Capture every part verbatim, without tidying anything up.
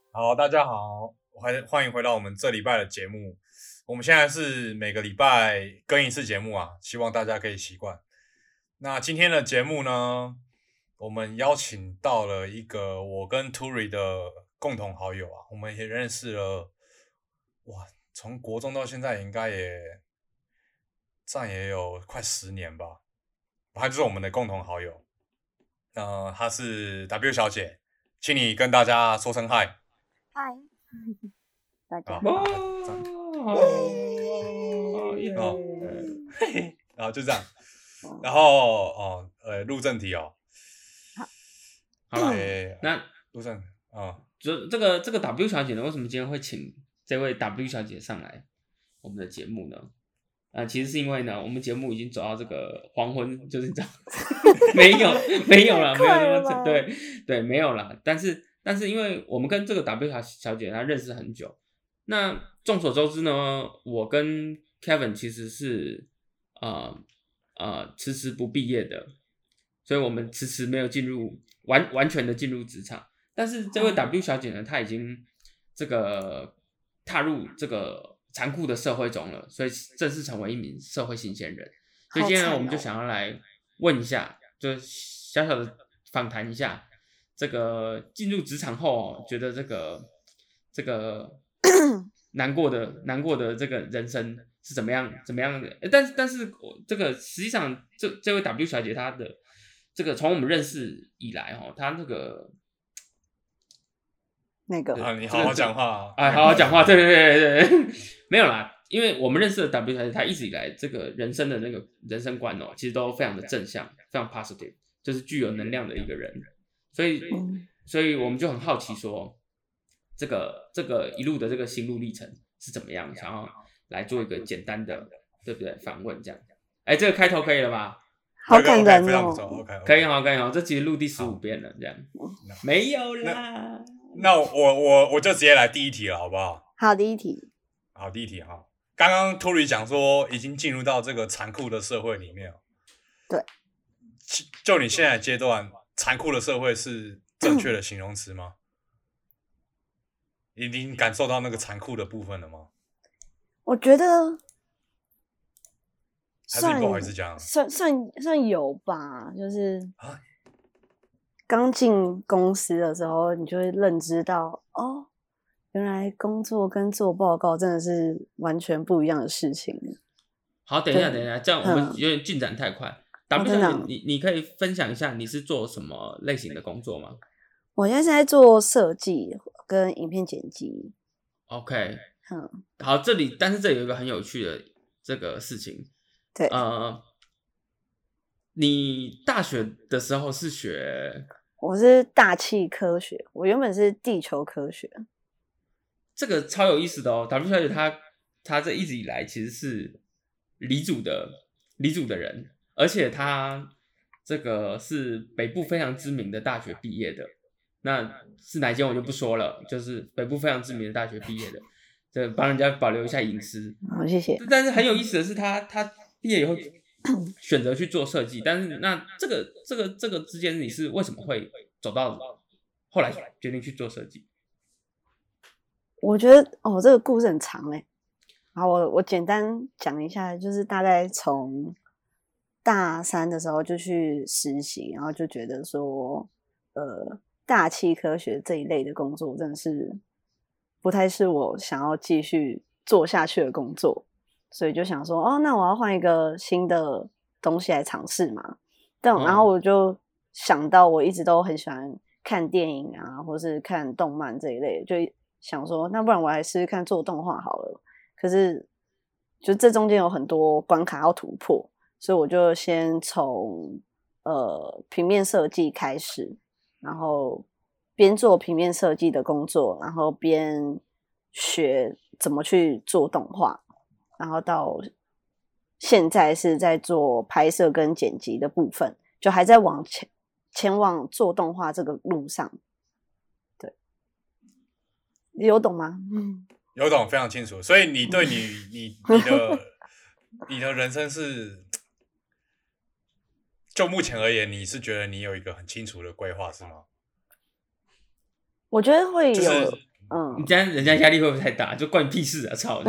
好，大家好，欢欢迎回到我们这礼拜的节目。我们现在是每个礼拜更一次节目啊，希望大家可以习惯。那今天的节目呢，我们邀请到了一个我跟 Turi 的共同好友啊，我们也认识了，哇，从国中到现在应该也这样也有快十年吧。他就是我们的共同好友，呃，她是 W 小姐，请你跟大家说声嗨。 嗨，大家好， 好， 哦， 耶！ 哦，嘿嘿，然后就这样，然后哦，呃，入正题哦， 好了， 诶， 那入正啊， 这这个这个 W 小姐呢，为什么今天会请这位 W 小姐上来我们的节目呢？啊、呃，其实是因为呢，我们节目已经走到这个黄昏，就是这样，没有没有了，没有那么对对，没有了。但是但是，因为我们跟这个 W 小小姐她认识很久，那众所周知呢，我跟 Kevin 其实是呃呃迟迟不毕业的，所以我们迟迟没有进入完完全的进入职场。但是这位 W 小姐呢，她已经这个踏入这个残酷的社会中了，所以正式成为一名社会新鲜人。所以今天呢，我们就想要来问一下，就小小的访谈一下，这个进入职场后、哦，觉得这个这个难过的难过的这个人生是怎么样怎么样的？但是但是这个实际上，这这位 W 小姐她的这个从我们认识以来哦，她那个。 那个， 啊，你好好讲话啊！ 哎，好好讲话，对对对对，没有啦，因为我们认识的 W 小姐，她一直以来这个人生的那个人生观哦，其实都非常的正向，非常 positive， 就是具有能量的一个人，所以，所以我们就很好奇说，这个这个一路的这个心路历程是怎么样，想要来做一个简单的，对不对？访问这样，哎，这个开头可以了吧？ 好感人哦， 可以好，可以好，这其实录第十五遍了，这样没有啦。 那我我我就直接来第一题了，好不好？ 好，第一题。 好，第一题哈。刚刚 Turi 讲说，已经进入到这个残酷的社会里面。 对。 就你现在阶段，残酷的社会是正确的形容词吗？已经感受到那个残酷的部分了吗？ 我觉得， 还是你不好意思讲？ 算算算有吧，就是啊。刚进公司的时候，你就会认知到，哦，原来工作跟做报告真的是完全不一样的事情。 好，等一下，等一下，这样我们有点进展太快。嗯、W 小姐，你你可以分享一下你是做什么类型的工作吗？ 我现在是在做设计跟影片剪辑。 OK， 嗯，好，这里但是这里有一个很有趣的这个事情， 对， 呃，你大学的时候是学？ 我是大气科学，我原本是地球科学。 这个超有意思的哦 ，W 小姐她她这一直以来其实是理组的理组的人，而且她这个是北部非常知名的大学毕业的，那是哪间我就不说了，就是北部非常知名的大学毕业的，这帮人家保留一下隐私。 好，谢谢。 但是很有意思的是她，她她毕业以后选择去做设计，但是那这个这个这个之间你是为什么会走到后来决定去做设计？ 我觉得哦，这个故事很长哎，好，我我简单讲一下，就是大概从大三的时候就去实习，然后就觉得说，呃，大气科学这一类的工作真的是不太是我想要继续做下去的工作。所以就想说，哦，那我要换一个新的东西来尝试嘛。但、哦、然后我就想到，我一直都很喜欢看电影啊，或是看动漫这一类的，就想说，那不然我来试试看做动画好了。可是，就这中间有很多关卡要突破，所以我就先从呃平面设计开始，然后边做平面设计的工作，然后边学怎么去做动画。然后到现在是在做拍摄跟剪辑的部分，就还在往前前往做动画这个路上。对，你有懂吗？嗯， 有懂，非常清楚。所以你对你你你的你的人生是，就目前而言，你是觉得你有一个很清楚的规划是吗？ 我觉得会有， 就是嗯， 你这样人家压力会不会太大？就关你屁事啊！操！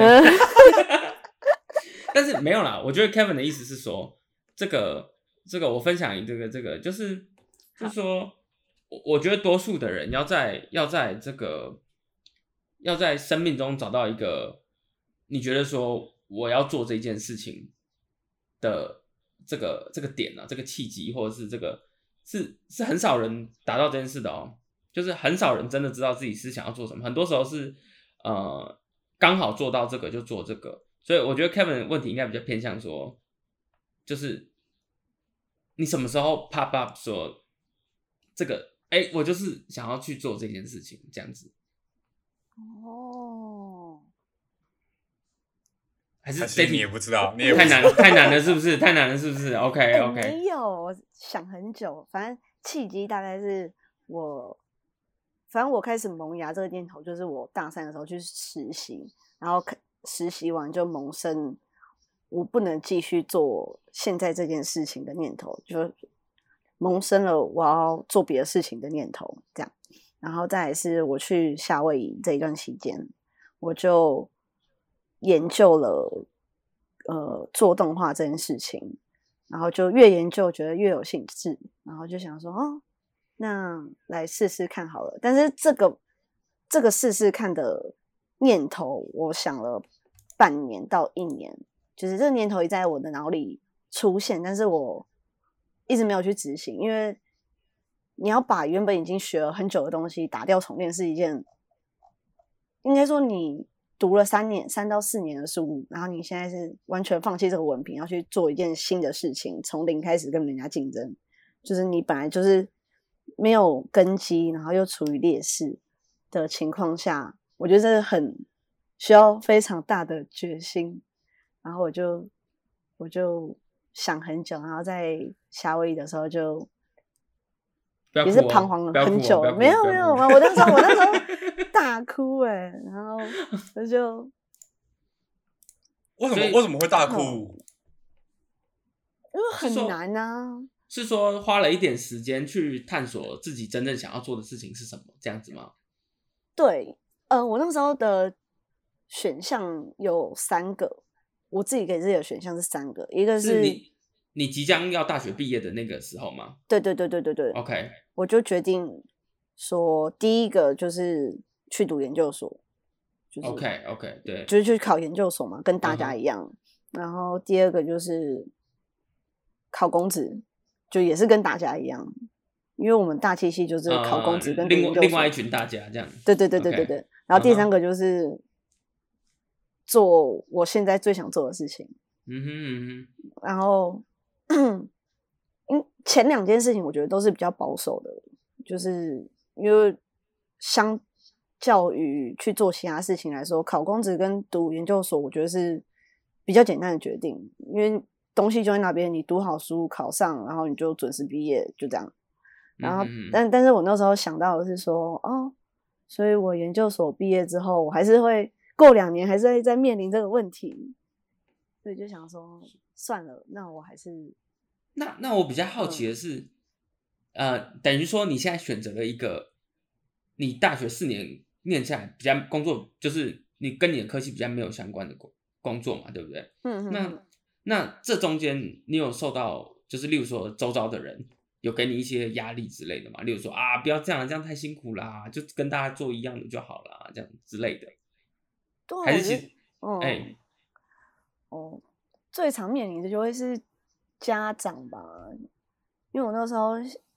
但是没有啦，我觉得 Kevin 的意思是说，这个这个我分享这个这个就是就是说，我我觉得多数的人要在要在这个要在生命中找到一个你觉得说我要做这件事情的这个这个点啊，这个契机，或者是这个是是很少人达到这件事的哦，就是很少人真的知道自己是想要做什么，很多时候是呃刚好做到这个就做这个。所以我觉得 Kevin 的问题应该比较偏向说，就是你什么时候 pop up 说这个，哎、欸，我就是想要去做这件事情，这样子。 哦， 还是还是你也不知道，你也不太知道难太难了，是不是？太难了，是不是 ？OK 欸 OK。 没有，我想很久，反正契机大概是我，反正我开始萌芽这个念头，就是我大三的时候去实习，然后实习完就萌生我不能继续做现在这件事情的念头，就萌生了我要做别的事情的念头，这样。然后再来是我去夏威夷这一段期间，我就研究了呃做动画这件事情，然后就越研究觉得越有兴致，然后就想说哦，那来试试看好了。但是这个这个试试看的念头，我想了半年到一年，就是这个念头一直在我的脑里出现，但是我一直没有去执行，因为你要把原本已经学了很久的东西打掉重练是一件，应该说你读了三年三到四年的书，然后你现在是完全放弃这个文凭，要去做一件新的事情，从零开始跟人家竞争，就是你本来就是没有根基，然后又处于劣势的情况下，我觉得这很需要非常大的决心。然后我就我就想很久，然后在夏威夷的时候就也是彷徨了很久， 哦、 没有没有，我那时候我那时候大哭哎、欸，然后我就为什么为什么会大哭？ 因为很难啊。 是说花了一点时间去探索自己真正想要做的事情是什么，这样子吗？ 对，呃，我那时候的选项有三个，我自己给自己的选项是三个，一个 是, 是你你即将要大学毕业的那个时候吗？ 对对对对对对 ，OK， 我就决定说，第一个就是去读研究所，就是 OK OK， 对， 就是去考研究所嘛，跟大家一样。Uh-huh. 然后第二个就是考公职，就也是跟大家一样，因为我们大气系就是考公职跟读研究所、 呃、另外一群大家这样。 对对对对对对。Okay. 然后第三个就是做我现在最想做的事情。 嗯哼嗯哼。然后，嗯，前两件事情我觉得都是比较保守的，就是因为相较于去做其他事情来说，考公职跟读研究所，我觉得是比较简单的决定，因为东西就在那边，你读好书考上，然后你就准时毕业，就这样。然后，嗯、但但是我那时候想到的是说，哦，所以我研究所毕业之後，我還是會過兩年，還是會再面臨這個問題，所以就想說，算了，那我還是…… 那那我比較好奇的是，嗯、呃，等於說你現在選擇了一個你大學四年念下來比較工作，就是你跟你的科系比較沒有相關的工工作嘛，對不對？ 嗯嗯。 那那這中間你有受到，就是例如說周遭的人有給你一些壓力之類的嘛？例如說啊，不要這樣，這樣太辛苦啦，就跟大家做一樣的就好啦，這樣之類的。 對， 還是其實， 嗯， 欸、 哦，最常面臨的就會是家長吧，因為我那時候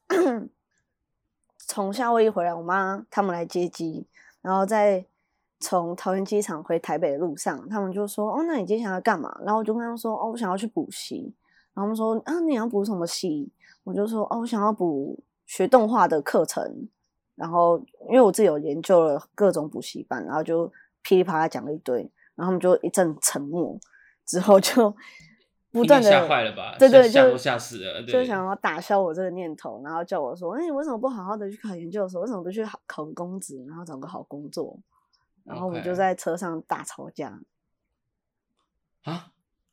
從夏威夷回來，我媽他們來接機，然後在從桃園機場回台北的路上，他們就說：“哦，那你接下來幹嘛？”然後我就跟他們說：“哦，我想要去補習。”然後他們說：“啊，你要補什麼習？”我就說：“哦，我想要補學動畫的課程。”然後因為我自己有研究了各種補習班，然後就噼里啪啦講了一堆，然後他們就一陣沉默，之後就不斷的嚇壞了吧？ 對對， 嚇都嚇死了， 就想要打消我這個念頭，然後叫我說：“哎、欸，你為什麼不好好的去考研究所？為什麼不去考個公職，然後找個好工作？”然後我們就在車上大吵架。 啊？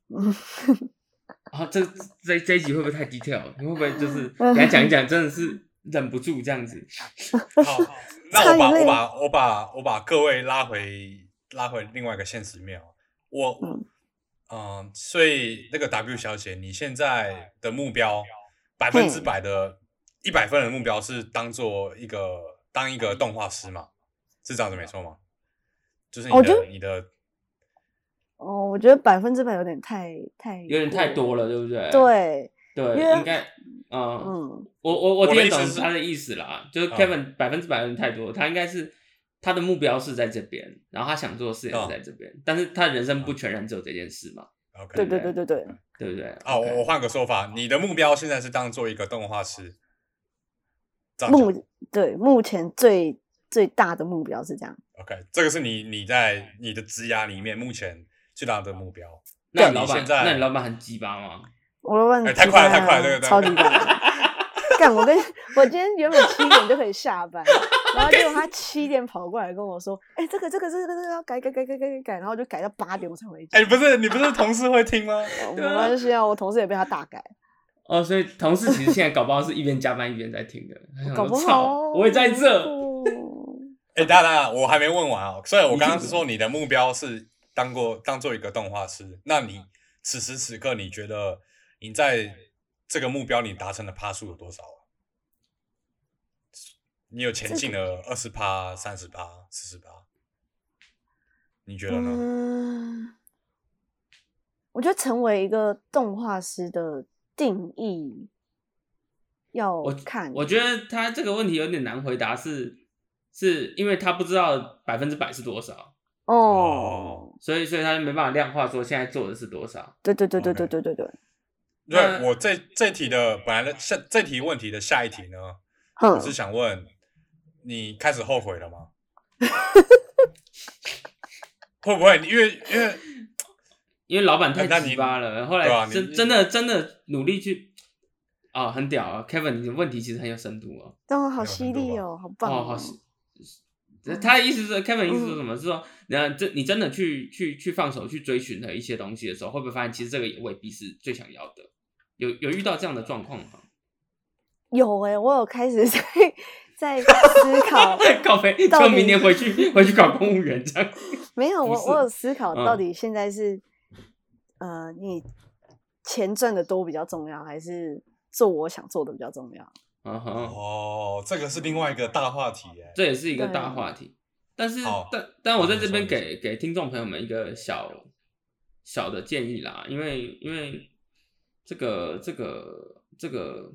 啊，這這這一集會不會太 detail？你會不會就是給他講一講，真的是忍不住這樣子？ 好， 那我把我把我把我把各位拉回拉回另外一个现实面哦，我嗯、呃，所以那个 W 小姐，你现在的目标百分之百的一百分的目标是当做一个当一个动画师嘛？是这样子没错吗？就是你的你的。 哦，我觉得百分之百有点太太有点太多了，对不对？ 对对，应该，嗯，嗯我我我听得懂他的意思啦，就是 Kevin 百分之百有点太多，他应该是他的目标是在这边，然后他想做的事也是在这边，嗯、但是他人生不全然只有这件事嘛。 Okay. 对对对对对， 对不对？ 啊，我我换个说法，你的目标现在是当做一个动画师。 目对目前最最大的目标是这样。 OK， 这个是你你在你的职涯里面目前最大的目标。 那你老板，那你老板很鸡巴吗？ 我老板、 欸、太快了，太快了，对对对， 超级快。干，我跟我今天原本七点就可以下班，然后结果他七点跑过来跟我说：“哎、欸，这个这个这个这个要改改改改改改改。”然后就改到八点我才回家。 哎、欸，不是你不是同事会听吗？ 没关系啊，我同事也被他大改。 哦，所以同事其实现在搞不好是一边加班一边在听的。 搞不好我也在这。 哎、欸，当然我还没问完哦。所以我刚刚是说你的目标是当过当做一个动画师，那你此时此刻你觉得你在这个目标你达成的趴数有多少啊？你有前进了二十趴、三十趴、四十趴，你觉得呢？ 嗯，我觉得成为一个动画师的定义要看。 我, 我觉得他这个问题有点难回答是，是是因为他不知道百分之百是多少哦， 所以所以他就没办法量化说现在做的是多少。 对对对对对对对对。 对，我这这题的本来的下这题问题的下一题呢，我是想问你开始后悔了吗？会不会？因为因为因为老板太鸡巴了，后来真、啊、真的真的努力去啊、哦，很屌啊 ，Kevin， 你的问题其实很有深度哦， 哦，好犀利哦，好棒哦，好。他的意思是 ，Kevin 意思是什么？嗯、是说，你这你真的去去去放手去追寻了一些东西的时候，会不会发现其实这个也未必是最想要的？有有遇到这样的状况吗？ 有哎、欸，我有开始在在思考， 靠北，就明年回去回去考公务员这样。 没有，我我有思考到底现在是、嗯、呃，你钱挣的多比较重要，还是做我想做的比较重要？ Uh huh. 哦，这个是另外一个大话题耶， 这也是一个大话题。但是，但但我在这边给给听众朋友们一个小小的建议啦，因为因为这个这个这个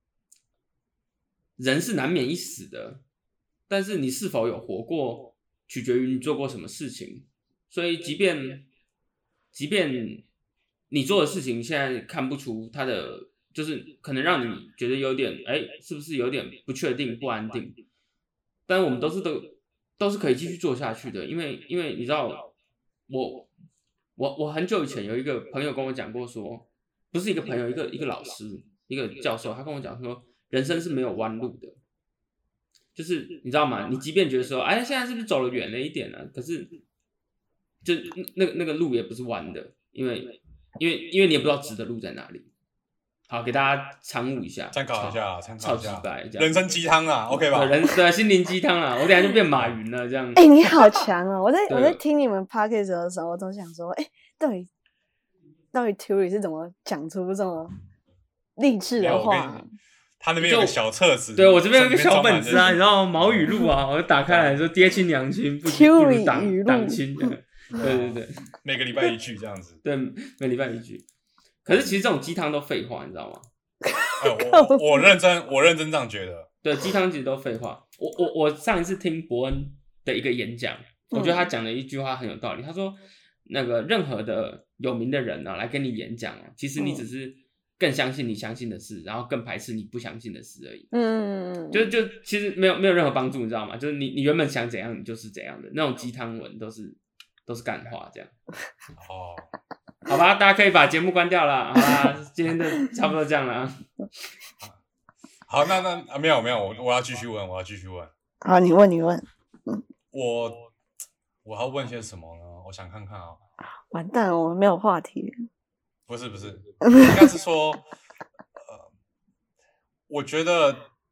人是难免一死的，但是你是否有活过，取决于你做过什么事情。所以，即便即便你做的事情现在看不出它的。就是可能让你觉得有点，哎、欸，是不是有点不确定、不安定？但我们都是都都是可以继续做下去的，因为因为你知道，我我我很久以前有一个朋友跟我讲过说，不是一个朋友，一个一个老师，一个教授，他跟我讲说，人生是没有弯路的，就是你知道吗？你即便觉得说，哎，现在是不是走了远了一点呢、啊？可是就那个那个路也不是弯的，因为因为因为你也不知道直的路在哪里。好，给大家参悟一下， 参考一下，参考一下，人生鸡汤啊 ，OK 吧？ 人对心灵鸡汤啊，我等一下就变马云了这样。 哎、欸，你好强哦！我在我在听你们 podcast 的时候，我都想说，哎、欸，到底到底 Tury 是怎么讲出这么励志的话？ 他那边有个小册子， 对我这边有个小本子啊，你知道毛语录啊，我打开来说，爹亲娘亲不不如党党亲的，对对对， 每个礼拜一句这样子， 对，每礼拜一句。可是其实这种鸡汤都废话，你知道吗？ 呃、我我认真，我认真这样觉得。 对，鸡汤其实都废话。我我我上一次听伯恩的一个演讲，我觉得他讲的一句话很有道理。他说，那个任何的有名的人呢、啊，来跟你演讲啊，其实你只是更相信你相信的事，然后更排斥你不相信的事而已。嗯，就就其实没有没有任何帮助，你知道吗？就是你你原本想怎样，你就是怎样的那种鸡汤文都是都是干话这样。 哦。 好吧，大家可以把节目关掉了。好啦，今天就差不多这样了。 好，那那啊没有没有，我我要继续问，我要继续问。 好，你问你问。 嗯，我我要问些什么呢？我想看看啊、喔。 完蛋了，我们没有话题。 不是不是，应该是说，呃，我觉得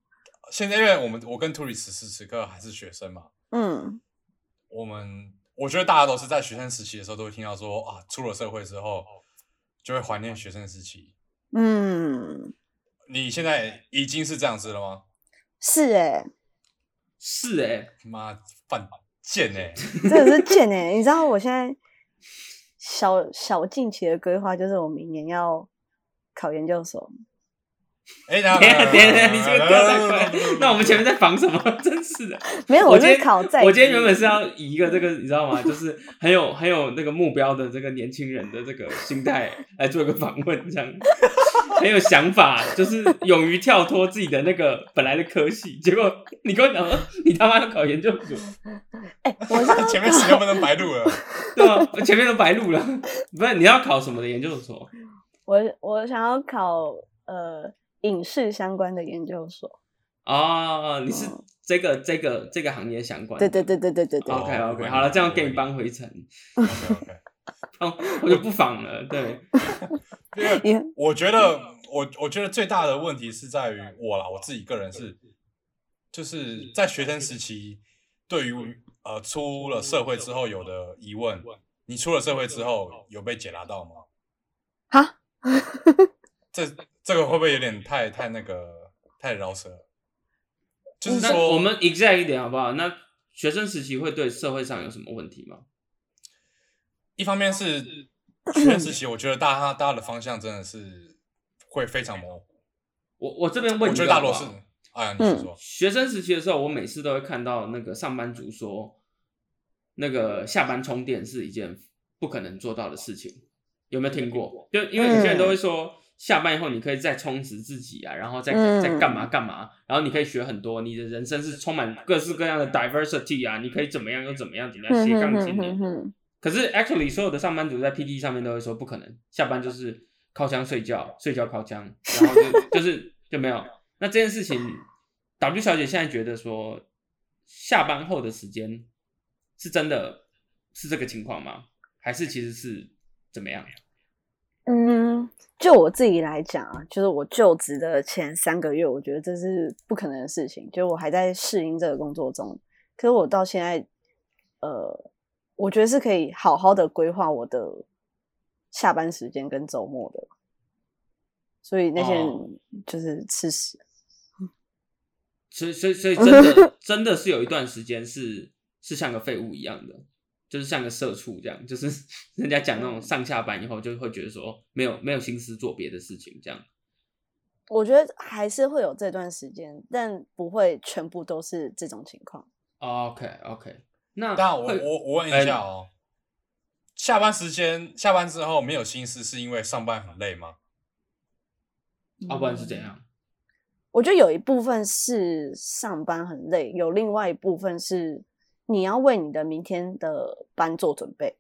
现在因为我们我跟 Turi 此时此刻还是学生嘛， 嗯， 我们我觉得大家都是在学生时期的时候都会听到说啊，出了社会之后就会怀念学生时期。 嗯， 你现在已经是这样子了吗？ 是哎、欸， 是哎、欸， 妈犯贱哎、欸， 真的是贱哎、欸！你知道我现在小小近期的规划就是我明年要考研究所。 哎，等等一下等一下，你这个跳太快，那我们前面在防什么？真是的， 没有， 我今天是考在。 我今天原本是要以一个这个你知道吗？就是很有很有那个目标的这个年轻人的这个心态来做一个访问，这样很有想法，就是勇于跳脱自己的那个本来的科系。结果你跟我讲说，你他妈要考研究所， 哎、欸，我是前面十六分钟白录了， 对啊，前面都白录了。不是你要考什么的研究所？ 我我想要考呃。影视相关的研究所哦，你是这个、嗯、这个这个行业相关的？ 对对对对对对对。 OK OK， 好了，这样给你扳回城。 OK OK， 哦，我就不仿了。对， 因为我觉得我我觉得最大的问题是在于我啦，我自己个人是，就是在学生时期对于呃出了社会之后有的疑问，你出了社会之后有被解答到吗？ 哈， 这。这个会不会有点太太那个太饶舌了？就是说， 我们 exact 一点好不好？那学生时期会对社会上有什么问题吗？ 一方面是学生时期，我觉得大家大家的方向真的是会非常模糊。 我我这边问你， 我觉得大多是，哎呀，你是说、 嗯、学生时期的时候，我每次都会看到那个上班族说，那个下班充电是一件不可能做到的事情，有没有听过？就因为有些人都会说。嗯，下班以后，你可以再充实自己啊，然后再再干嘛干嘛，然后你可以学很多，你的人生是充满各式各样的 diversity 啊，你可以怎么样又怎么样，怎么样斜杠青年。可是 actually 所有的上班族在 P T 上面都会说不可能，下班就是靠枪睡觉，睡觉靠枪，然后就就是就没有。那这件事情 ，W 小姐现在觉得说，下班后的时间是真的是这个情况吗？还是其实是怎么样？ 嗯，就我自己来讲啊，就是我就职的前三个月，我觉得这是不可能的事情，就是我还在适应这个工作中。可是我到现在，呃，我觉得是可以好好的规划我的下班时间跟周末的。所以那些人就是吃屎。 哦、所以，所以，所以真的真的是有一段时间是是像个废物一样的。就是像个社畜这样，就是人家讲那种上下班以后就会觉得说没有没有心思做别的事情这样。 我觉得还是会有这段时间，但不会全部都是这种情况。 Oh, OK OK， 那当然我我我问一下哦，欸、下班时间下班之后没有心思，是因为上班很累吗？ 要、啊、不然是怎样？ 我觉得有一部分是上班很累，有另外一部分是。你要为你的明天的班做准备，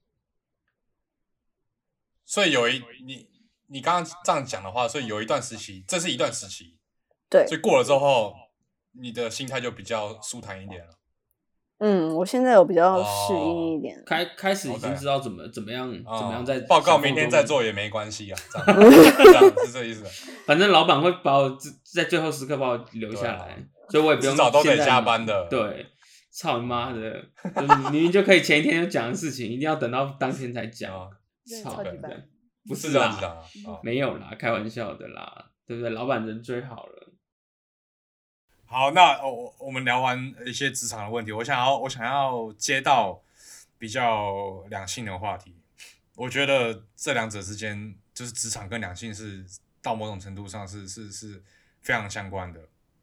所以有一你你刚刚这样讲的话，所以有一段时期，这是一段时期， 对， 所以过了之后，你的心态就比较舒坦一点了。 嗯，我现在有比较适应一点， 哦、开开始已经知道怎么、okay. 怎么样、哦、怎么样在报告明天再做也没关系啊，这样这样是这意思。 反正老板会把我在最后时刻把我留下来，啊、所以我也不用迟早都得加班的， 对。操你妈的！就是明明就可以前一天就讲的事情，一定要等到当天才讲。操的，不是啦， 是啊哦、 没有啦，开玩笑的啦，对不对？老板人最好了。 好，那我我们聊完一些职场的问题，我想要我想要接到比较两性的话题。我觉得这两者之间，就是职场跟两性是到某种程度上是是是非常相关的。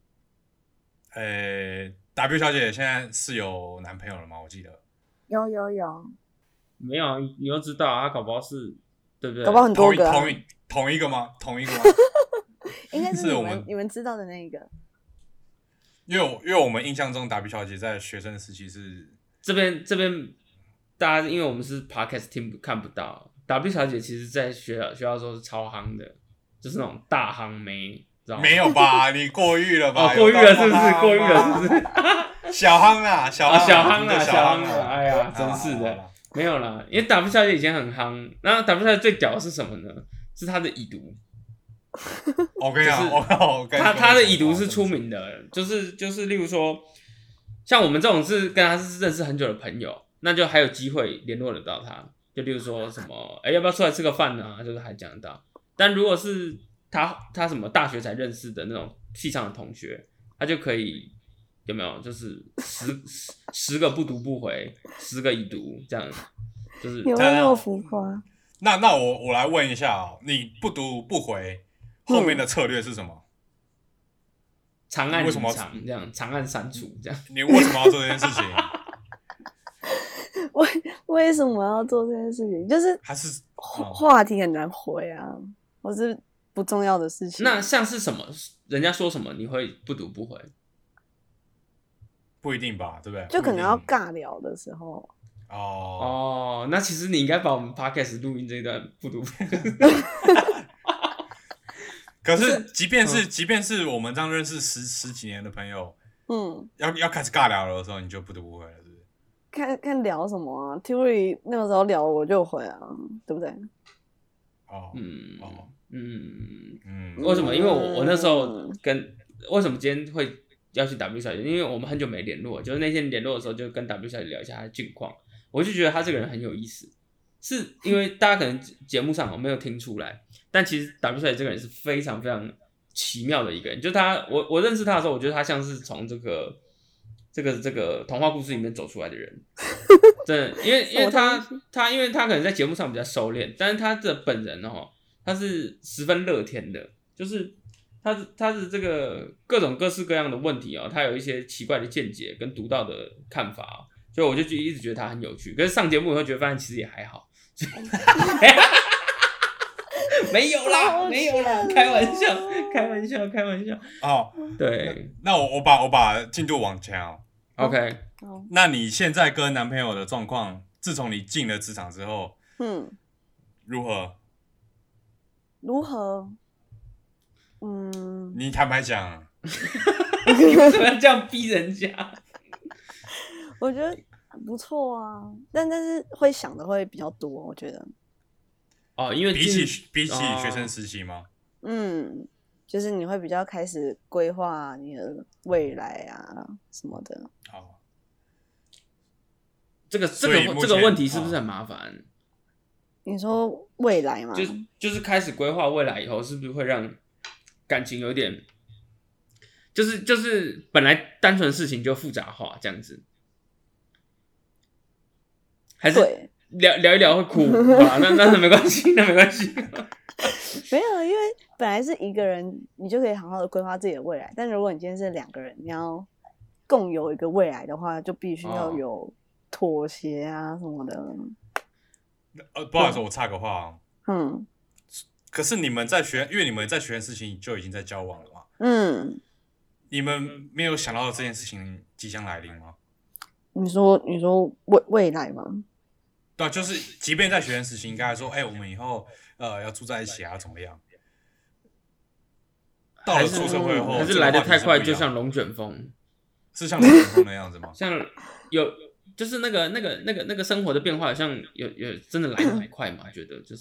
呃。W 小姐现在是有男朋友了吗？我记得有有有， 没有，你又知道啊？搞不好是，对不对？ 搞不好很多个、啊， 同一同一个吗？同一个吗？ 应该是你们我们你们知道的那一个。 因为因为我们印象中 W 小姐在学生时期是这边这边大家因为我们是 podcast 听看不到 W 小姐，其实在学校学校的时候是超夯的，就是那种大夯妹。 没有吧？你过誉了吧？ 哦，过誉了是不是？过誉了是不是？ 小夯啊，小夯、啊， 小夯啊， 小夯啊！哎呀，真是的，没有啦。因为 W 小姐以前很夯，那 W 小姐最屌的是什么呢？是她的已读。 我跟你讲，我我跟他他的已读是出名的，就是就是例如说，像我们这种是跟他是认识很久的朋友，那就还有机会联络得到他。就例如说什么，哎、欸，要不要出来吃个饭啊？就是还讲得到。但如果是他他什么大学才认识的那种系上的同学，他就可以有没有？就是十十十个不读不回，十个已读这样，就是有没有那么浮夸？ 那那我我来问一下哦，你不读不回，后面的策略是什么？ 长按隐藏这样，长按删除这样。 你为什么要做这件事情？ 为为什么要做这件事情？就是还是话题很难回啊，或是不重要的事情。 那像是什么？人家说什么你会不读不回？ 不一定吧，对不对？ 就可能要尬聊的时候。 哦哦，那其实你应该把我们 podcast 录音这一段不读不回。 可是，即便是、嗯、即便是我们这样认识十十几年的朋友， 嗯， 要要开始尬聊的时候，你就不读不回了，是不是？ 看看聊什么啊 ？Turi 那个时候聊我就回啊，对不对？ 哦， 嗯， 哦， 嗯嗯， 为什么？因为我我那时候跟为什么今天会要去 W 小姐？因为我们很久没联络，就是那天联络的时候，就跟 W 小姐聊一下她的近况，我就觉得她这个人很有意思。是因为大家可能节目上没有听出来，但其实 W 小姐这个人是非常非常奇妙的一个人。就他，我我认识他的时候，我觉得他像是从这个这个这个童话故事里面走出来的人。真的，因为因为他他因为他可能在节目上比较收敛，但是他的本人哦，他是十分乐天的，就是他他的这个各种各式各样的问题哦，他有一些奇怪的见解跟独到的看法哦，所以我就一直觉得他很有趣。可是上节目以后觉得发现其实也还好。没有啦，没有啦，开玩笑，开玩笑，开玩笑。 哦， 对， 那, 那我我把我把进度往前哦。 OK， 哦， 那你现在跟男朋友的状况，自从你进了职场之后， 嗯， 如何？ 如何？嗯， 你坦白讲， 你为什么要这样逼人家？ 我觉得不错啊，但但是会想的会比较多，我觉得。 哦，因为比起比起学生时期吗？ 嗯，就是你会比较开始规划你的未来啊什么的。 哦， 这个这个这个问题是不是很麻烦？哦， 你说未来吗？ 就就是开始规划未来以后，是不是会让感情有点，就是就是本来单纯的事情就复杂化这样子？还是聊聊一聊会哭？好啦，那那没关系，那没关系。 没有，因为本来是一个人，你就可以好好的规划自己的未来。但如果你今天是两个人，你要共有一个未来的话，就必须要有妥协啊什么的。 呃，不好意思，我插个话啊。 嗯。 可是你们在学，因为你们在学的事情就已经在交往了嘛。 嗯。 你们没有想到这件事情即将来临吗？ 你说，你说未未来吗？ 对，就是即便在学生时期，应该说，哎、欸，我们以后呃要住在一起啊，怎么样？到了出社会后， 还是来得太快，就像龙卷风， 是像龙卷风的样子吗？ 像有，就是那个那个那个那个生活的变化，好像有有真的来得很快嘛？觉得就是，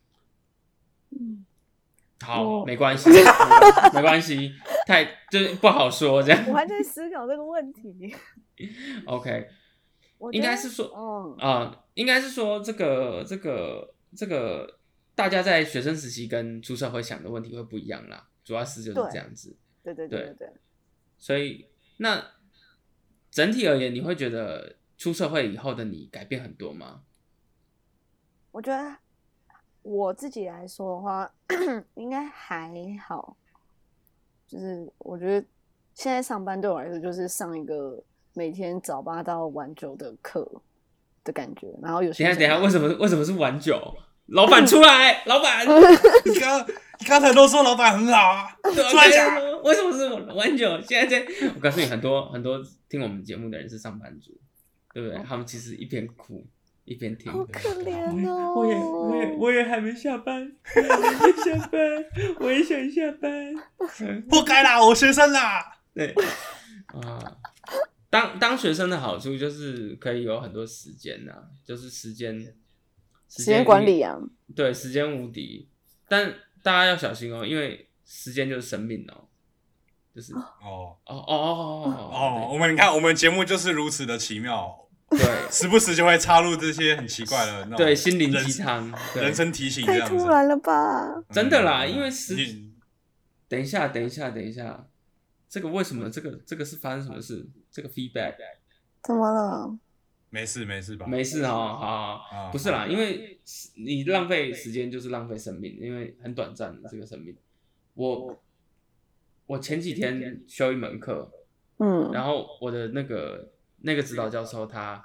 好，没关系，没关系，太就是不好说这样。 我还在思考这个问题。 OK。应该是说，啊、呃，应该是说这个这个这个，大家在学生时期跟出社会想的问题会不一样啦，主要是就是这样子。 对对对对 对, 對。 所以那整体而言，你会觉得出社会以后的你改变很多吗？ 我觉得我自己来说的话，应该还好。就是我觉得现在上班对我来说，就是上一个每天早八到晚九的课的感觉，然后有些等一下等一下，为什么为什么是晚九？老板出来，老板， 你刚你刚才都说老板很好啊，出来讲， 为什么是晚九？现在在，我告诉你，很多很多听我们节目的人是上班族，对不对？哦、他们其实一边哭一边听， 好可怜哦！ 我也我也我也还没下班，我也还没下班，我也想下班， 不该啦，我学生啦， 对啊。当当学生的好处就是可以有很多时间呐、啊，就是时间时间管理啊， 对，时间无敌。但大家要小心哦，因为时间就是生命哦，就是哦哦哦哦哦哦哦，我们你看，我们节目就是如此的奇妙， 对， 时不时就会插入这些很奇怪的那种对心灵鸡汤， 人生提醒这太样子。 突然了吧？ 真的啦， 嗯因为时你等一下，等一下，等一下，这个为什么这个这个是发生什么事？这个 feedback 怎么了？ 没事没事吧？ 没事哦，好好好， 啊不是啦，因为你浪费时间就是浪费生命，因为很短暂的这个生命。我我前几天修一门课， 嗯， 然后我的那个那个指导教授他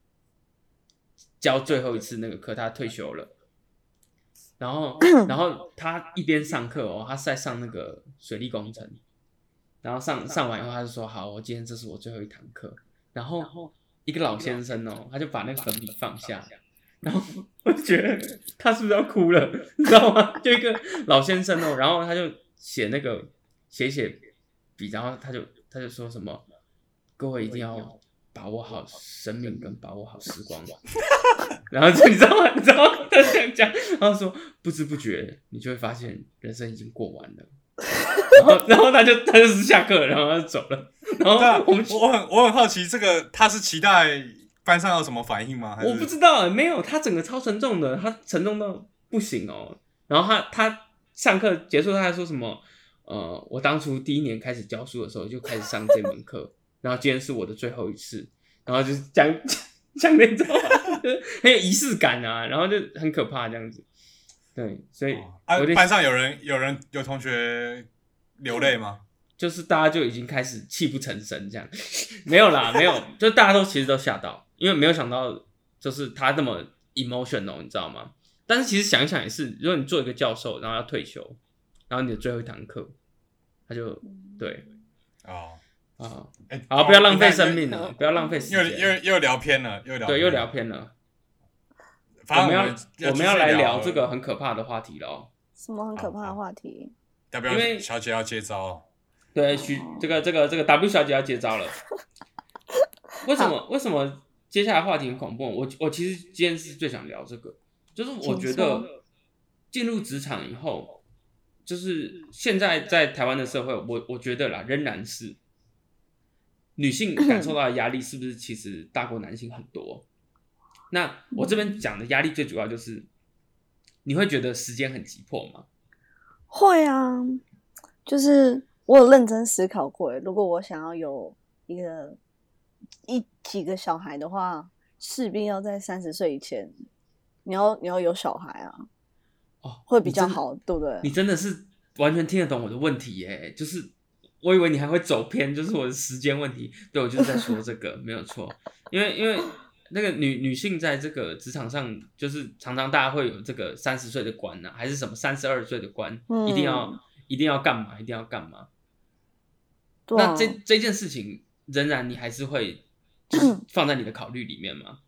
教最后一次那个课，他退休了。然后，然后他一边上课哦，他是在上那个水利工程，然后上上完以后，他就说：“好，我今天这是我最后一堂课。”然后一个老先生哦，他就把那个粉笔放下，然后我就觉得他是不是要哭了，你知道吗？就一个老先生哦，然后他就写那个写写笔，然后他就他就说什么：“各位一定要把握好生命跟把握好时光。”然后就你知道吗？你知道吗？他这样讲，然后说不知不觉你就会发现人生已经过完了。然后，然后他就他就是下课，然后他就走了。然后我们我很我很好奇，这个他是期待班上有什么反应吗？还是我不知道，没有，他整个超沉重的，他沉重到不行哦。然后他他上课结束，他还说什么？呃，我当初第一年开始教书的时候就开始上这门课，然后今天是我的最后一次，然后就是讲讲那种很有仪式感啊，然后就很可怕这样子。对，所以哦啊，班上有人有人有同学流泪吗？ 就是大家就已经开始泣不成声这样，没有啦，没有，就大家都其实都吓到，因为没有想到就是他这么 emotional， 你知道吗？但是其实想一想也是，如果你做一个教授，然后要退休，然后你的最后一堂课，他就对哦啊， 欸、 好，不要浪费生命了，不要浪费时又间， 又又聊偏了，又聊对，又聊偏了。 反正我们要我们要来聊这个很可怕的话题了。 什么很可怕的话题？ 要不要小姐要接招？ 对，徐这个这个这个 W 小姐要接招了。为什么为什么接下来话题很恐怖？我我其实今天是最想聊这个，就是我觉得进入职场以后，就是现在在台湾的社会，我我觉得啦，仍然是女性感受到的压力是不是其实大过男性很多？那我这边讲的压力最主要就是，你会觉得时间很急迫吗？ 会啊，就是我有认真思考过，如果我想要有一个一几个小孩的话，势必要在三十岁以前，你要你要有小孩啊， 哦， 会比较好，对不对？ 你真的是完全听得懂我的问题耶，就是我以为你还会走偏，就是我的时间问题。对，我就是在说这个，没有错，因为因为。那个女女性在这个职场上，就是常常大家会有这个三十岁的关啊，还是什么三十二岁的关， 嗯、 一定要一定要干嘛，一定要干嘛。 对啊、 那这这件事情，仍然你还是会就是放在你的考虑里面吗？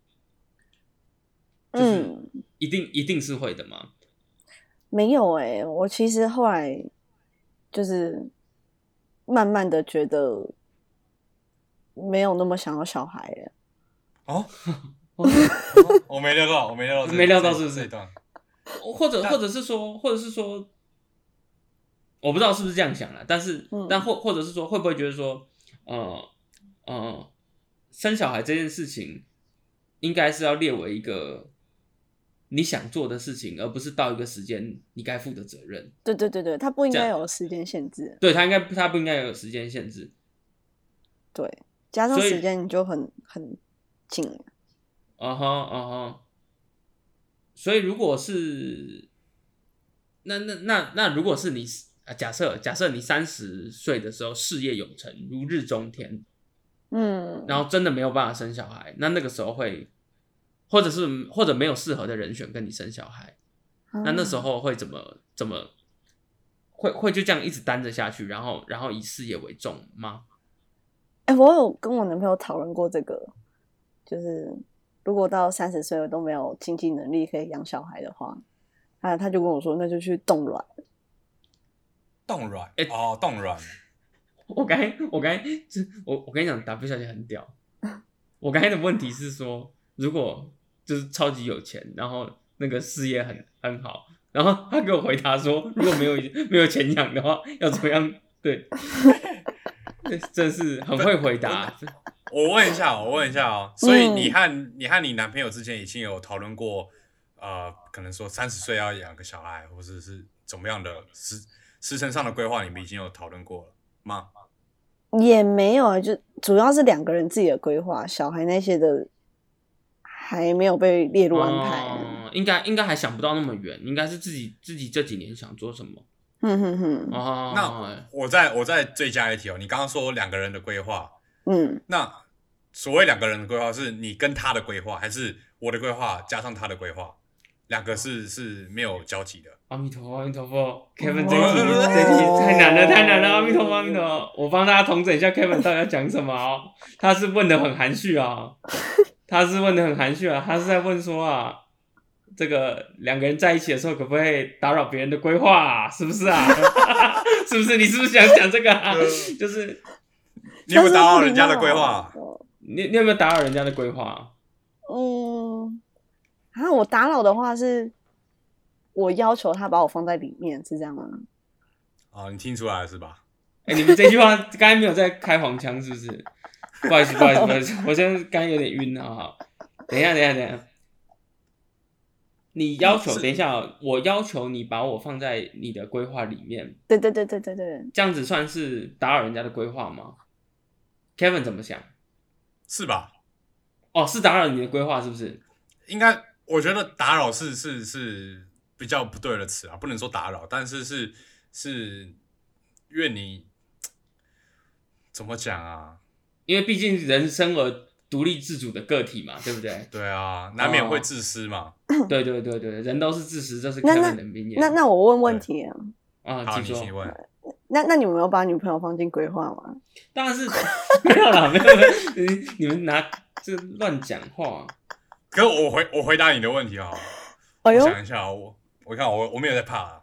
就是一定、嗯、一定是会的吗？ 没有哎、欸，我其实后来就是慢慢的觉得没有那么想要小孩了、欸。 哦，我没料到，我没料到， 没料到是不是这一段？ 或者或者是说，或者是说，我不知道是不是这样想啦，但是、嗯、但或或者是说，会不会觉得说，呃呃，生小孩这件事情，应该是要列为一个你想做的事情，而不是到一个时间你该负的责任。 对对对对，它不应该有时间限制。 对，它应该它不应该有时间限制。 对，加上时间你就很很。近了， 啊哈啊哈，所以如果是那那那那如果是你啊，假设假设你三十岁的时候事业有成，如日中天， 嗯， 然后真的没有办法生小孩，那那个时候会，或者是或者没有适合的人选跟你生小孩，啊、那那时候会怎么怎么会会就这样一直单着下去，然后然后以事业为重吗？ 哎、欸，我有跟我男朋友讨论过这个。就是如果到三十岁了都没有经济能力可以养小孩的话，他他就跟我说，那就去冻卵。 冻卵？哎、欸、哦，冻卵。 我刚才我刚才我我跟你讲 ，W 小姐很屌。我刚才的问题是说，如果就是超级有钱，然后那个事业很很好，然然后他给我回答说，如果没有没有钱养的话，要怎么样？对，真是很会回答。 我问一下，我问一下哦，所以你和、嗯、你和你男朋友之前已经有讨论过，呃，可能说三十岁要养个小孩，或者是怎么样的时时程上的规划，你们已经有讨论过了吗？ 也没有，就主要是两个人自己的规划，小孩那些的还没有被列入安排。 哦、应该应该还想不到那么远，应该是自己自己这几年想做什么。 哼哼哼。 哦， 那我再我再追加一题哦，你刚刚说两个人的规划。 嗯， 那所谓两个人的规划，是你跟他的规划，还是我的规划加上他的规划？两个是是没有交集的。 阿弥陀佛，阿弥陀佛 ，Kevin 这一题这一题太难了，太难了！阿弥陀佛，阿弥陀佛，我帮大家统整一下 Kevin 到底要讲什么哦。他是问的很含蓄啊，他是问的很含蓄啊，他是在问说啊，这个两个人在一起的时候可不可以打扰别人的规划啊？是不是啊？是不是？你是不是想讲这个啊？就是。 你有没有打扰人家的规划？ 你你有没有打扰人家的规划？ 嗯，啊，我打扰的话是，我要求他把我放在里面，是这样吗？ 哦，你听出来了是吧？ 哎、欸，你们这句话刚才没有在开黄腔，是不是？不好意思，不好意思，不好意思，我现在刚才有点晕啊。好，等一下，等一下，等一下。你要求，等一下、喔，我要求你把我放在你的规划里面。 对对对对对对， 这样子算是打扰人家的规划吗 ？Kevin 怎么想？ 是吧？ 哦，是打扰你的规划，是不是？ 应该，我觉得打扰是是是比较不对的词啊，不能说打扰，但是是是愿你怎么讲啊？ 因为毕竟人生而独立自主的个体嘛，对不对？ 对啊，难免会自私嘛。 哦、对对对对，人都是自私，这是 Kevin 的名言。 那 那, 那我问问题啊。 啊， 好， 请说。 你问。 那那你们有把女朋友放进规划吗？ 当然是没有啦，没有没有，你们拿这乱讲话。 可是我回我回答你的问题啊， 哎呦， 我想一下，我我看我我没有在怕、啊。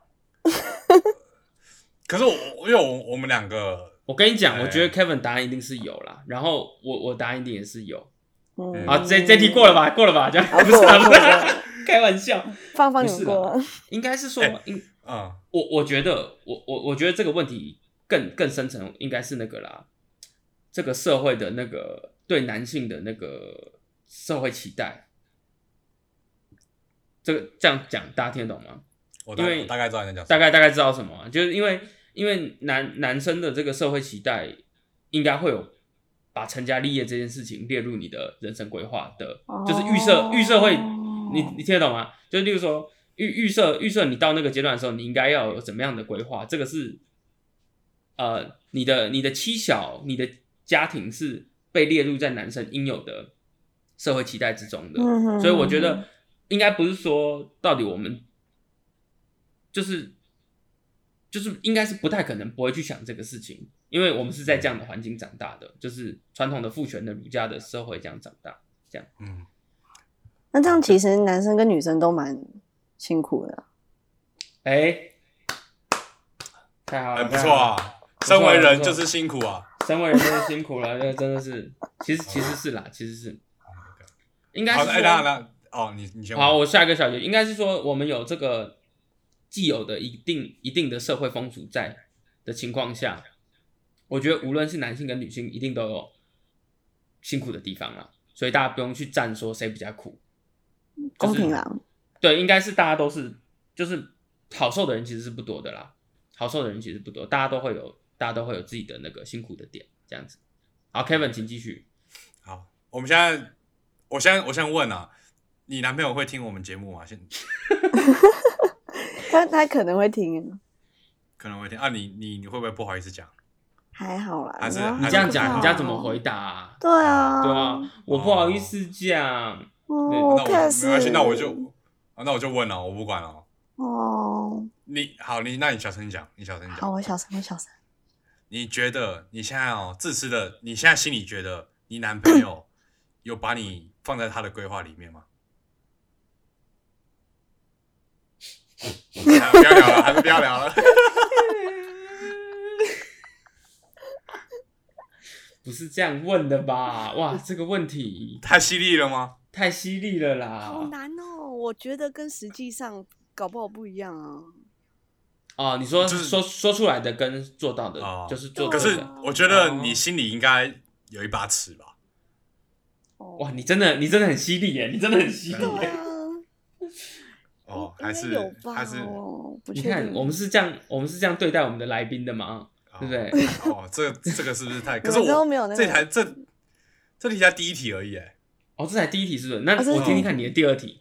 可是我因为我我们两个， 我跟你讲，我觉得 Kevin 答案一定是有啦，然后我我答案一定也是有。 嗯， 好，这这题过了吧？过了吧？这样不是啊，不是开玩笑， 放放你们过。 应该是说，应、欸、 嗯， 我我觉得，我我我觉得这个问题更更深层，应该是那个啦，这个社会的那个对男性的那个社会期待。这个这样讲，大家听得懂吗？ 我因为我大概知道你在讲什么， 大概大概知道什么、啊，就是因为因为男男生的这个社会期待，应该会有把成家立业这件事情列入你的人生规划的，哦、就是预设预设会，你你听得懂吗？就例如说预预设预设你到那个阶段的时候，你应该要有怎么样的规划？这个是呃你的你的妻小，你的家庭是被列入在男生应有的社会期待之中的，嗯、所以我觉得应该不是说到底我们就是就是应该是不太可能不会去想这个事情。因为我们是在这样的环境长大的，就是传统的父权的儒家的社会这样长大，这样。 嗯， 那这样其实男生跟女生都蛮辛苦的。 哎、欸，太好了， 很不错啊！身为人就是辛苦啊， 身为人就是辛苦了，那真的是，其实其实是啦，其实是，应该是说， 哎，那那哦，你你先好，我下一个小节，应该是说我们有这个既有的一定一定的社会风俗在的情况下。我觉得无论是男性跟女性，一定都有辛苦的地方啦，所以大家不用去站说谁比较苦， 公平啦。 对，应该是大家都是，就是好受的人其实是不多的啦，好受的人其实不多，大家都会有，大家都会有自己的那个辛苦的点，这样子。好 ，Kevin， 请继续。 好，我们现在，我现在我现在问啊，你男朋友会听我们节目吗？现他他可能会听， 可能会听啊。你你你会不会不好意思讲？ 还好啦， 还是你这样讲，人家怎么回答、啊？ 对啊， 对啊，我不好意思讲。 哦， 那我没关系，那我就啊，那我就问了，我不管了。 哦， 你好，你那你小声讲，你小声讲。 好，我小声，我小声。 你觉得你现在哦，自私的，你现在心里觉得你男朋友有把你放在他的规划里面吗？不要聊了，还是不要聊了。 不是这样问的吧？哇，这个问题太犀利了吗？ 太犀利了啦！ 好难哦，我觉得跟实际上搞不好不一样啊。 哦，你说、 就是说说出来的跟做到的， 哦就是做可是对的。 我觉得你心里应该有一把尺吧？ 哦哇，你真的你真的很犀利耶，你真的很犀利对耶。 啊， 哦， 应该还是有吧？ 还是哦，不你确定。 看我们是这样，我们是这样对待我们的来宾的吗？对不对？ 哦，这这个是不是太？可你是我们都没有那个这台这这题才第一题而已，哎， 哦，这才第一题是不是？那哦这是我听听看你的第二题。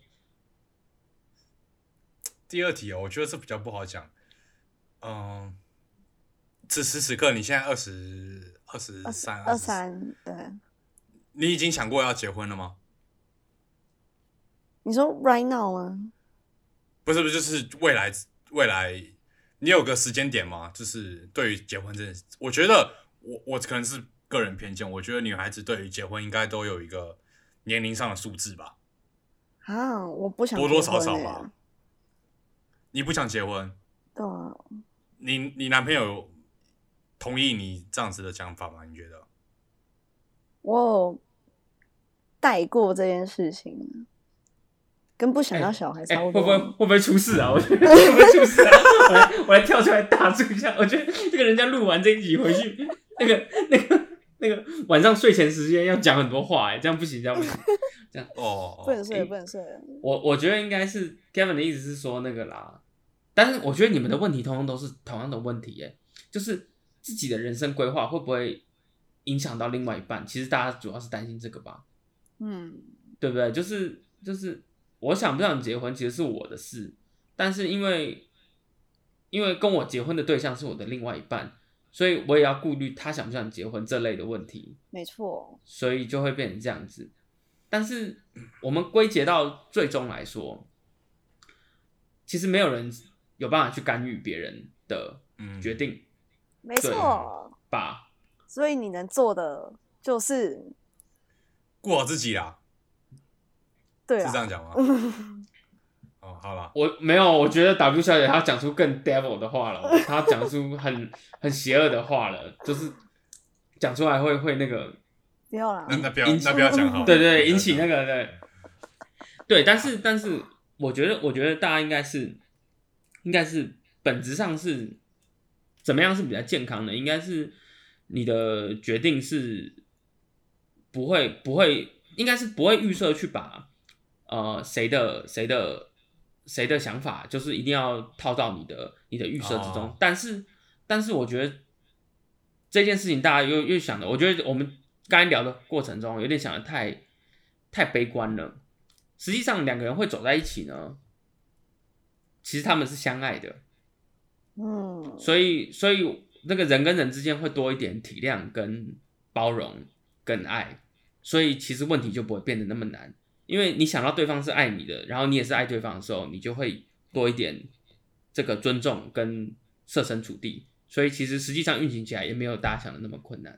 第二题哦，我觉得这比较不好讲。嗯，此时此刻你现在二十二十三二三，对。 你已经想过要结婚了吗？ 你说 right now 吗？ 不是不是，就是未来未来，你有个时间点吗？就是对于结婚这件事，我觉得我我可能是个人偏见，我觉得女孩子对于结婚应该都有一个年龄上的数字吧， 啊，我不想多多少结婚欸少吧。你不想结婚， 对啊， 你你男朋友同意你这样子的讲法吗？你觉得？ 我有带过这件事情，跟不想要小孩哎、 差不多。 会不会会不会出事啊？我觉得会不会出事啊？我来我来跳出来打住一下。我觉得这个人家录完这一集回去，那个那个那个晚上睡前时间要讲很多话、哎，这样不行，这样不行，这样哦， 不能睡了， 欸不能睡了。 我我觉得应该是 Kevin 的意思是说那个啦，但是我觉得你们的问题通通都是同样的问题、哎，就是自己的人生规划会不会影响到另外一半？其实大家主要是担心这个吧， 嗯， 对不对？就是就是我想不想结婚其实是我的事，但是因为因为跟我结婚的对象是我的另外一半，所以我也要顾虑他想不想结婚这类的问题， 没错。 所以就会变成这样子。但是我们归结到最终来说，其实没有人有办法去干预别人的决定， 没错吧？ 所以你能做的就是顾好自己啦， 对啊， 是这样讲吗？哦，好了， 我没有，我觉得 W 小姐她讲出更 devil 的话了，她讲出很很邪恶的话了，就是讲出来会会那个， 不要啦那。那不要引起那不要讲好了， 对对对，引起那个对，对，但是但是我觉得我觉得大家应该是应该是本质上是怎么样是比较健康的，应该是你的决定是不会不会应该是不会预设去把呃谁的谁的谁的想法就是一定要套到你的你的预设之中， 哦但是但是我觉得这件事情大家又又想的，我觉得我们刚才聊的过程中有点想的太太悲观了。实际上两个人会走在一起呢，其实他们是相爱的， 嗯， 所以所以那个人跟人之间会多一点体谅跟包容跟爱，所以其实问题就不会变得那么难。因为你想到对方是爱你的，然后你也是爱对方的时候，你就会多一点这个尊重跟设身处地，所以其实实际上运行起来也没有大家想的那么困难。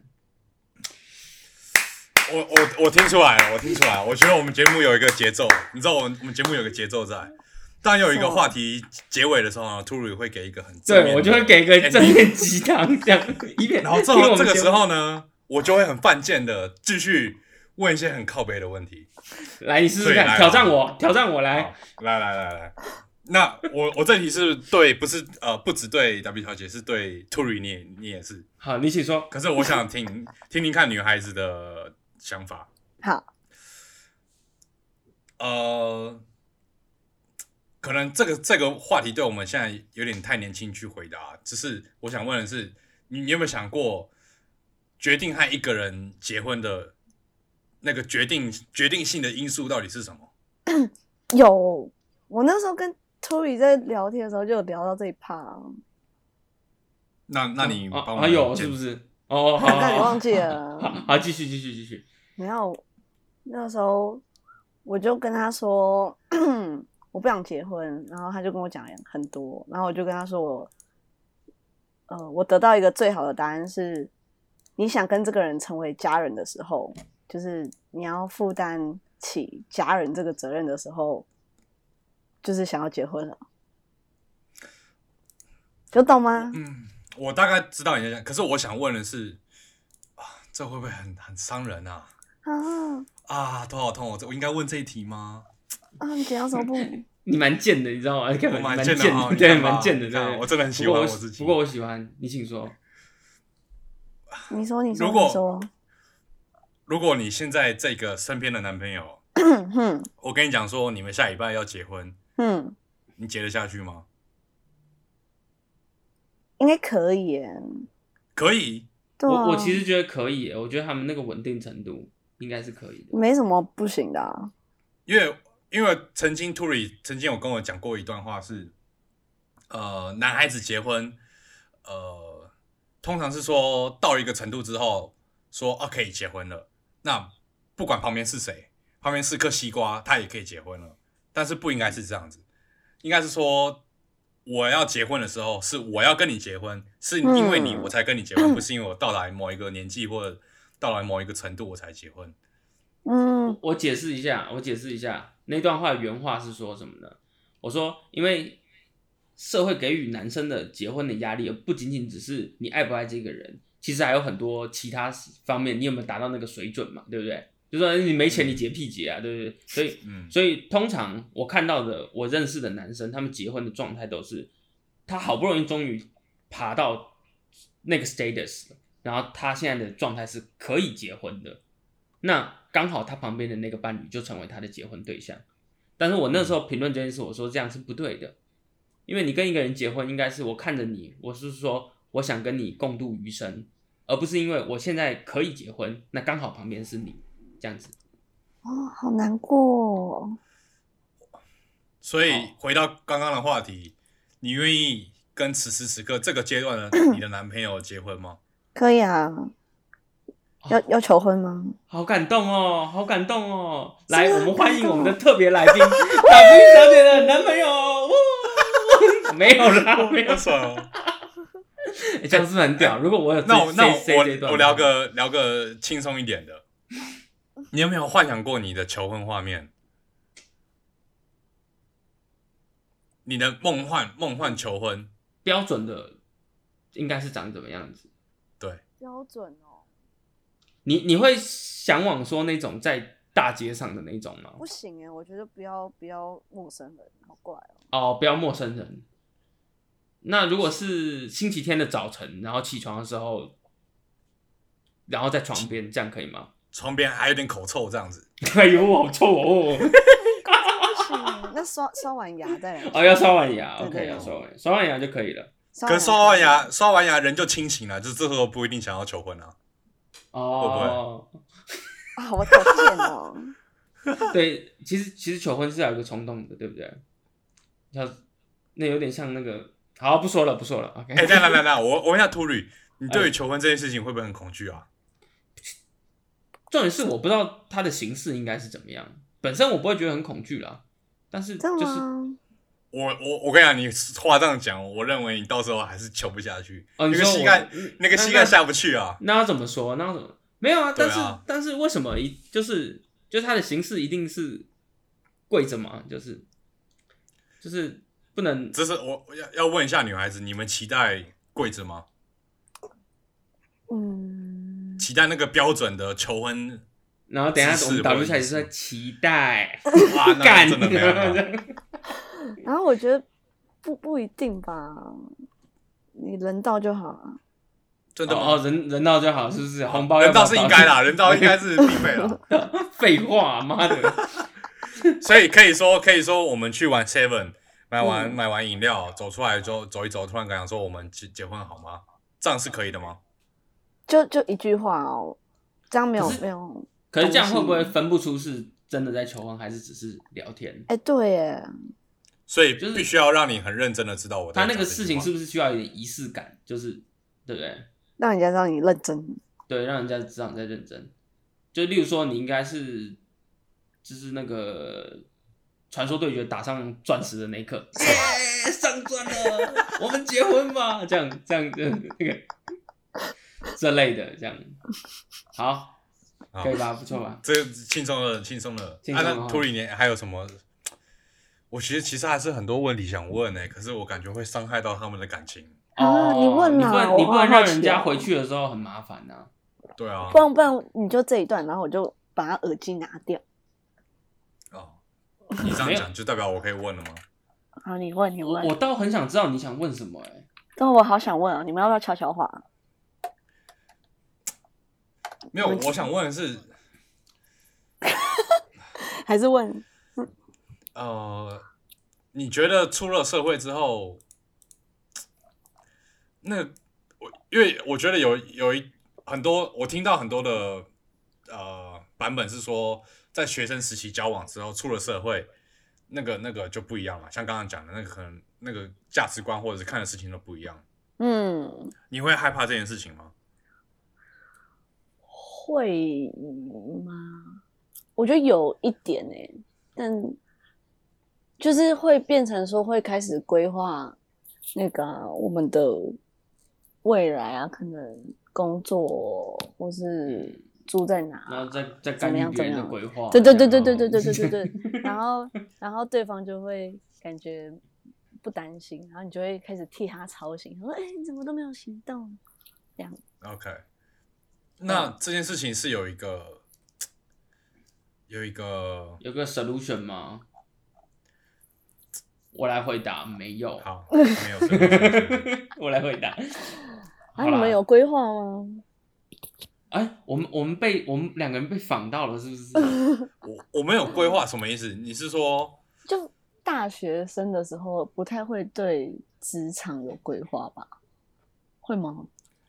我我我听出来了，我听出来了。我觉得我们节目有一个节奏，你知道我们我们节目有个节奏在。当有一个话题结尾的时候呢，兔鲁会给一个很正面的， 对我就会给一个正面鸡汤这样，以免然后这因为我们节目这个时候呢，我就会很犯贱的继续问一些很靠北的问题。 来，你试试所以来看，挑战我，挑战我来。 好来来来来，那我我这题是对，不是呃，不只对 W 小姐，是对 Turi 你也你也是。 好，你请说。 可是我想听听听看女孩子的想法。 好， 呃，可能这个这个话题对我们现在有点太年轻去回答，只是我想问的是，你你有没有想过，决定和一个人结婚的那个决定决定性的因素到底是什么？ 有，我那时候跟 Tory 在聊天的时候就有聊到这一趴、啊， 那那你啊帮我还有简是不是？哦，好，好那你好忘记了？ 好，好，继续，继续，继续。 然后那时候我就跟他说我不想结婚，然后他就跟我讲很多，然后我就跟他说我，呃，我得到一个最好的答案是，你想跟这个人成为家人的时候，就是你要负担起家人这个责任的时候，就是想要结婚了，有懂吗？ 嗯，我大概知道你在讲，可是我想问的是，啊，这会不会很很伤人啊？ 啊啊，头好痛！我我应该问这一题吗？ 啊！你怎样说不？ 你蛮贱的，你知道吗？ 我蛮贱的， 的对，蛮贱的，对。 我真的很喜欢我自己。 不过我喜欢，你请说。 你说，你说， 如果你说， 如果你现在这个身边的男朋友，我跟你讲说，你们下礼拜要结婚，嗯，你结得下去吗？ 应该可以耶。 可以。 对啊、 我我其实觉得可以耶，我觉得他们那个稳定程度应该是可以的， 没什么不行的啊。 因为因为曾经 Turi 曾经有跟我讲过一段话是，呃，男孩子结婚，呃，通常是说到一个程度之后，说啊可以结婚了，那不管旁边是谁，旁边是颗西瓜，他也可以结婚了，但是不应该是这样子，应该是说。我要结婚的时候，是我要跟你结婚，是因为你我才跟你结婚，嗯、不是因为我到达某一个年纪或者到达某一个程度我才结婚。 嗯，我解释一下，我解释一下那段话原话是说什么呢？我说，因为社会给予男生的结婚的压力，而不仅仅只是你爱不爱这个人，其实还有很多其他方面，你有没有达到那个水准嘛？对不对？就说你没钱，你结屁结啊，对不对？所以，嗯、所以通常我看到的，我认识的男生，他们结婚的状态都是，他好不容易终于爬到那个 status 了，然后他现在的状态是可以结婚的，那刚好他旁边的那个伴侣就成为他的结婚对象。但是我那时候评论这件事，我说这样是不对的，因为你跟一个人结婚，应该是我看着你，我是说我想跟你共度余生，而不是因为我现在可以结婚，那刚好旁边是你。这样子哦，好难过哦。 所以回到刚刚的话题，你愿意跟此时此刻这个阶段的你的男朋友结婚吗？ 可以啊。要要求婚吗？ 好感动哦，好感动哦！来，我们欢迎我们的特别来宾，大冰小姐的男朋友。没有啦，没有爽哦。 欸、这样是不是很屌？如果我有那我那我我聊个聊个轻松一点的。你有没有幻想过你的求婚画面？你的梦幻梦幻求婚标准的应该是长怎么样子？ 对， 标准哦。 你你会向往说那种在大街上的那种吗？ 不行哎，我觉得不要不要陌生人，好怪哦。 哦，不要陌生人。那如果是星期天的早晨，然后起床的时候，然后在床边，这样可以吗？ 床边还有点口臭，这样子。 哎呦，好臭哦！ 那刷刷完牙再来。 哦，要刷完牙 ，OK， 要刷完牙，刷完牙就可以了。 可是刷完牙，刷完牙人就清醒了，就这时候不一定想要求婚啊。 哦， 会不会？啊，我讨厌哦。 对，其实其实求婚是要有一个冲动的，对不对？要那有点像那个，好，不说了，不说了。OK。 哎、欸，来来来，我我问一下 Turi， 你对于求婚这件事情会不会很恐惧啊？ 重点是我不知道它的形式应该是怎么样，本身我不会觉得很恐惧啦，但是就是我我我跟你讲，你话这样讲，我认为你到时候还是求不下去， 哦、 那个膝盖那个膝盖下不去啊。 那要怎么说？那要怎么没有啊？但是、 啊、 但是为什么一就是就是它的形式一定是跪着嘛？就是就是不能。 这是我要要问一下女孩子，你们期待跪着吗？ 嗯， 期待那个标准的求婚， 然后等一下我们 W 赛是在期待， 哇，那真的没有。 然后我觉得不不一定吧，你人到就好了。 真的吗？ 哦，人人到就好，是不是？红包人到是应该啦，人到应该是必备啦。 废话，妈的！ 所以可以说，可以说我们去玩 Seven， 买完、嗯、买完饮料，走出来之后走一走，突然跟讲说我们结结婚好吗？这样是可以的吗？ 就就一句话哦，这样没有没有。 可是这样会不会分不出是真的在求婚，还是只是聊天？ 哎、欸，对耶。 所以必须要让你很认真的知道我在讲。 他那个事情是不是需要有点仪式感？就是对不对？ 让人家知道你认真。对， 让人家知道你在认真。就例如说，你应该是就是那个传说对决打上钻石的那一刻，耶，上钻了，我们结婚吧，这样这样那个这类的这样，好，可以吧？不错吧？ 这轻松了，轻松了。 轻松了。 啊，那图里年还有什么？我其实其实还是很多问题想问呢、欸，可是我感觉会伤害到他们的感情。 哦，你问啊， 你不能你不能让人家回去的时候很麻烦呐、啊。 对啊， 不然不然你就这一段，然后我就把他耳机拿掉。 哦， 你这样讲就代表我可以问了吗？ 好，你问，你问。 我倒很想知道你想问什么哎、欸。 但我好想问啊，你们要不要悄悄话？ 没有，我想问的是， 还是问？ 呃，你觉得出了社会之后，那我因为我觉得有有一很多，我听到很多的呃版本是说，在学生时期交往之后，出了社会，那个那个就不一样了。像刚刚讲的那个，可能那个价值观或者是看的事情都不一样。 嗯， 你会害怕这件事情吗？ 会吗？我觉得有一点诶、欸，但就是会变成说会开始规划那个我们的未来啊，可能工作或是住在哪， 然后再再干预别人的规划。 对对对对对对对对对对。然后然后对方就会感觉不担心，然后你就会开始替他操心，说：“哎、欸，你怎么都没有行动？”这样。 OK， 那这件事情是有一个有一个有个 solution 吗？我来回答，没有。 好，没有 solution。 我来回答。 啊，你们有规划吗？ 哎，我们我们被我们两个人被访到了，是不是？ 我我们有规划什么意思？你是说就大学生的时候不太会对职场有规划吧？会吗？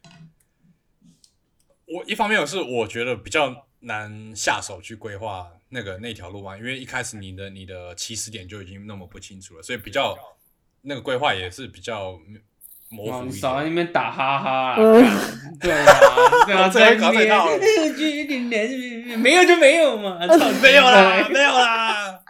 我一方面是我觉得比较难下手去规划那个那条路嘛，因为一开始你的你的起始点就已经那么不清楚了，所以比较那个规划也是比较模糊一点。 你少在那边打哈哈、啊嗯， 对啊，对啊， 这搞这套了， 没有就没有嘛， 没有啦，没有啦。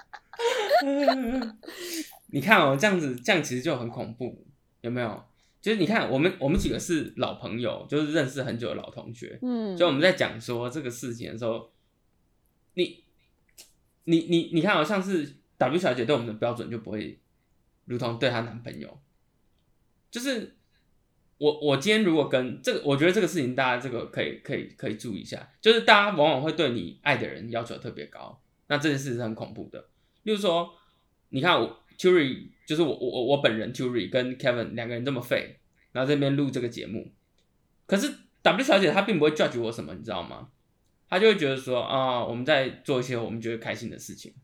你看哦，这样子这样其实就很恐怖，有没有？就是你看，我们我们几个是老朋友，就是认识很久的老同学， 嗯， 所以我们在讲说这个事情的时候，你你你你看好、哦、像是 W 小姐对我们的标准就不会如同对她男朋友，就是我我今天如果跟这个，我觉得这个事情大家这个可以可以可以注意一下，就是大家往往会对你爱的人要求特别高，那这件事是很恐怖的。例如说，你看我 Tury 就是我我我本人 Tury 跟 Kevin 两个人这么废，然后这边录这个节目，可是 W 小姐她并不会 judge 我什么，你知道吗？她就会觉得说啊，我们在做一些我们觉得开心的事情。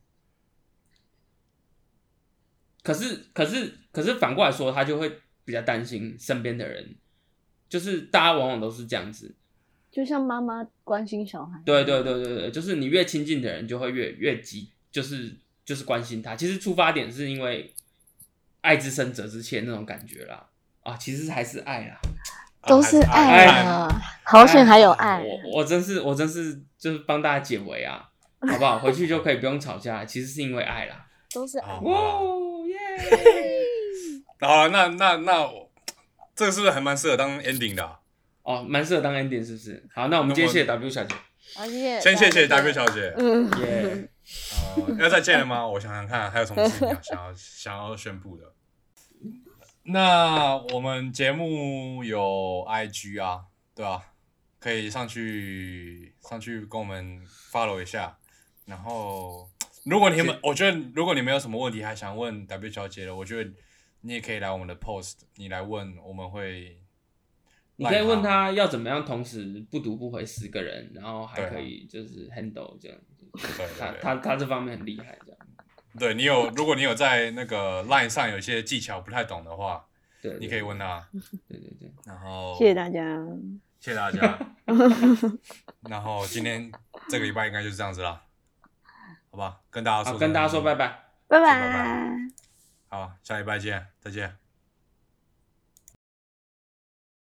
可是可是可是反过来说，她就会比较担心身边的人，就是大家往往都是这样子， 就像妈妈关心小孩。 对对对对对，就是你越亲近的人就会越越急，就是就是关心他。其实出发点是因为爱之深责之切那种感觉啦，啊，其实还是爱啦， 都是爱啊，好险还有爱。 我我真是我真是就是帮大家解围啊，好不好？回去就可以不用吵架，其实是因为爱啦， 都是爱。 哇耶！ 好了，那那那这个是不是还蛮适合当 ending 的、啊？ 哦，蛮适合当 ending 是不是？好，那我们今天谢谢 W 小姐， 好，谢谢， 先谢谢 W 小姐。 嗯， 耶、 呃，要再见了吗？我想想看，还有什么事情想要想要宣布的？那我们节目有 I G 啊，对吧、啊？可以上去上去跟我们 follow 一下。然后，如果你们，我觉得如果你们有什么问题还想问 W 小姐的，我觉得你也可以来我们的 post， 你来问，我们会。 你可以问他要怎么样同时不读不回十个人，然后还可以就是 handle 这样子。 对对对他他他这方面很厉害，这样。 对你有，如果你有在那个 line 上有一些技巧不太懂的话， 对， 对， 你可以问他。 对对对。 然后谢谢大家， 谢谢大家。然后今天这个礼拜应该就是这样子啦，好吧？跟大家说， 好，跟大家说拜拜， 拜拜拜。好，下礼拜见，再见。